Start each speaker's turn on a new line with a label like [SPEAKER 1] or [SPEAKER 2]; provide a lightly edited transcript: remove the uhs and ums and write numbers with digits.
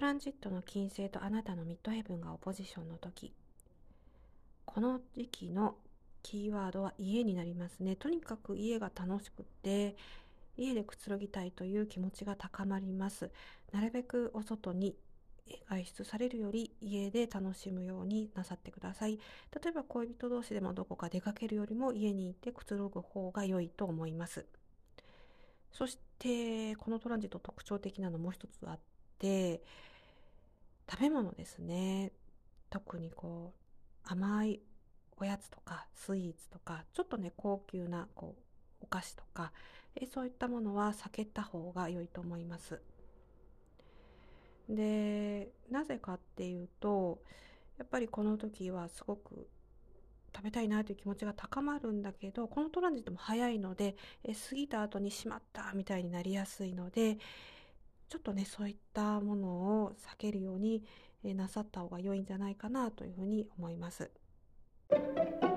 [SPEAKER 1] ランジットの金星とあなたのミッドヘブンがオポジションの時、この時期のキーワードは家になりますね。とにかく家が楽しくて、家でくつろぎたいという気持ちが高まります。なるべくお外に外出されるより家で楽しむようになさってください。例えば恋人同士でもどこか出かけるよりも家にいてくつろぐ方が良いと思います。そしてこのトランジット特徴的なのもう一つあって、食べ物ですね。特に甘いおやつとかスイーツとか、ちょっとね高級なお菓子とか、そういったものは避けた方が良いと思います。で、なぜかっていうと、やっぱりこの時はすごく食べたいなという気持ちが高まるんだけど、このトランジットも早いので、過ぎた後にしまったみたいになりやすいので、ちょっとねそういったものを避けるようになさった方が良いんじゃないかなというふうに思います。